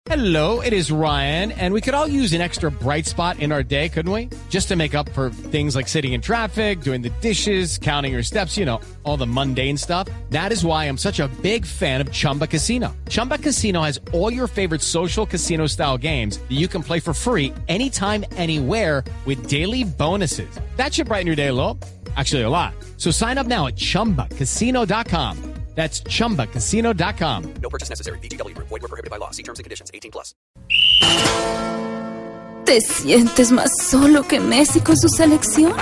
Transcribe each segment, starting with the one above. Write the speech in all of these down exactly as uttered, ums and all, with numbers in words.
Hello, it is Ryan, and we could all use an extra bright spot in our day, couldn't we? Just to make up for things like sitting in traffic, doing the dishes, counting your steps, you know, all the mundane stuff. That is why I'm such a big fan of Chumba Casino. Chumba Casino has all your favorite social casino-style games that you can play for free anytime, anywhere with daily bonuses. That should brighten your day a little. Actually, a lot. So sign up now at chumba casino dot com. That's chumba casino dot com. No purchase necessary. V G W Group. Void where prohibited by law. See terms and conditions. eighteen plus. ¿Te sientes más solo que Messi con su selección?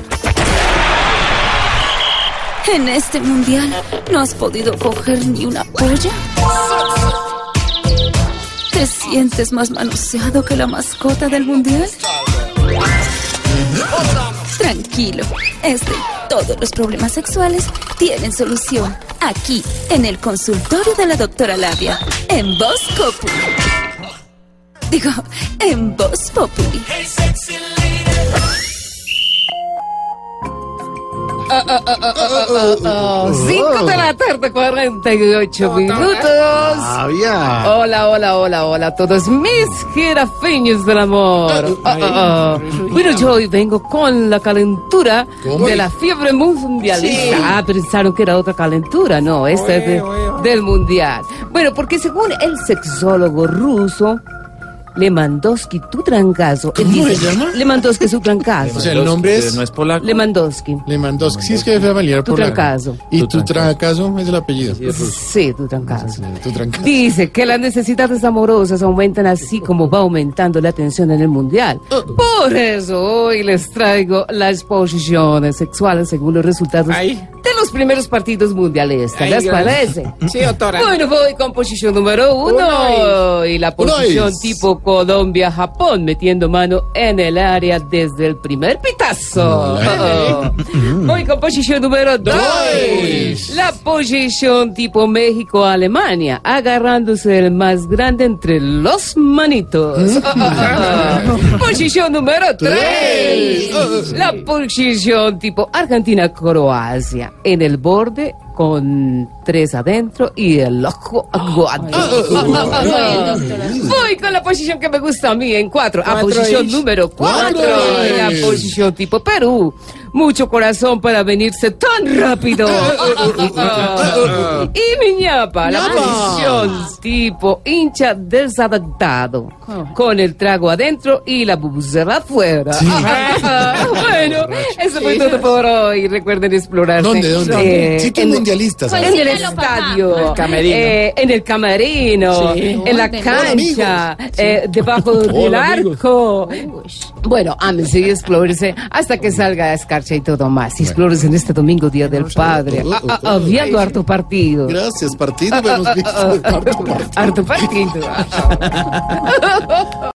En este mundial no has podido coger ni una polla. ¿Te sientes más manoseado que la mascota del mundial? Tranquilo, este y todos los problemas sexuales tienen solución aquí, en el consultorio de la doctora Labia, en Voz Populi. Digo, en Voz Populi. Oh, oh, oh, oh, oh, oh, oh. Cinco de la tarde, cuarenta y ocho minutos. Hola, hola, hola, hola a todos mis jirafeños del amor. Oh, oh, oh. Bueno, yo hoy vengo con la calentura de la fiebre mundialista. Sí. Ah, pensaron que era otra calentura. No, esta es de, del mundial. Bueno, porque según el sexólogo ruso Lewandowski, tu trancazo. ¿Cómo se llama? Lewandowski, su trancazo. O sea, el nombre es... ¿No es polaco? Lewandowski. Lewandowski, sí, es que es familiar Tu polaco. trancazo. ¿Y Tu tu trancazo. trancazo es el apellido? Sí, es ruso. Sí, tu trancazo. Sí, tu trancazo. Dice que las necesidades amorosas aumentan así como va aumentando la tensión en el mundial. Por eso hoy les traigo las posiciones sexuales según los resultados Ay. de los primeros partidos mundialistas. Ay, ¿Les gracias. parece? Sí, doctora. Bueno, voy con posición número uno. Uno Y la posición Uno. tipo Colombia-Japón, metiendo mano en el área desde el primer pitazo. Ay. Voy con posición número dos. Dos. La posición tipo México-Alemania, agarrándose el más grande entre los manitos. Posición número tres. La posición tipo Argentina-Croacia, en el borde con tres adentro y el ojo aguado. Voy con la posición que me gusta a mí en cuatro. A posición número cuatro. Cuatro. La posición tipo Perú. Mucho corazón para venirse tan rápido. Y mi ñapa, la posición tipo hincha desadaptado. Con el trago adentro y la bubucela afuera. Bueno, eso fue todo por hoy. Recuerden explorar. ¿Dónde, dónde? Eh, Sitios en- mundialistas. en el estadio, camerino. eh, en el camerino, en la cancha, eh, debajo del Hola, arco. Bueno, ámense y explórese hasta que salga a escarcha y todo más. Y explórese en este domingo, Día del Padre, ah, ah, ah, viendo harto partido. Gracias, partido. Hemos visto harto partido. Harto partido.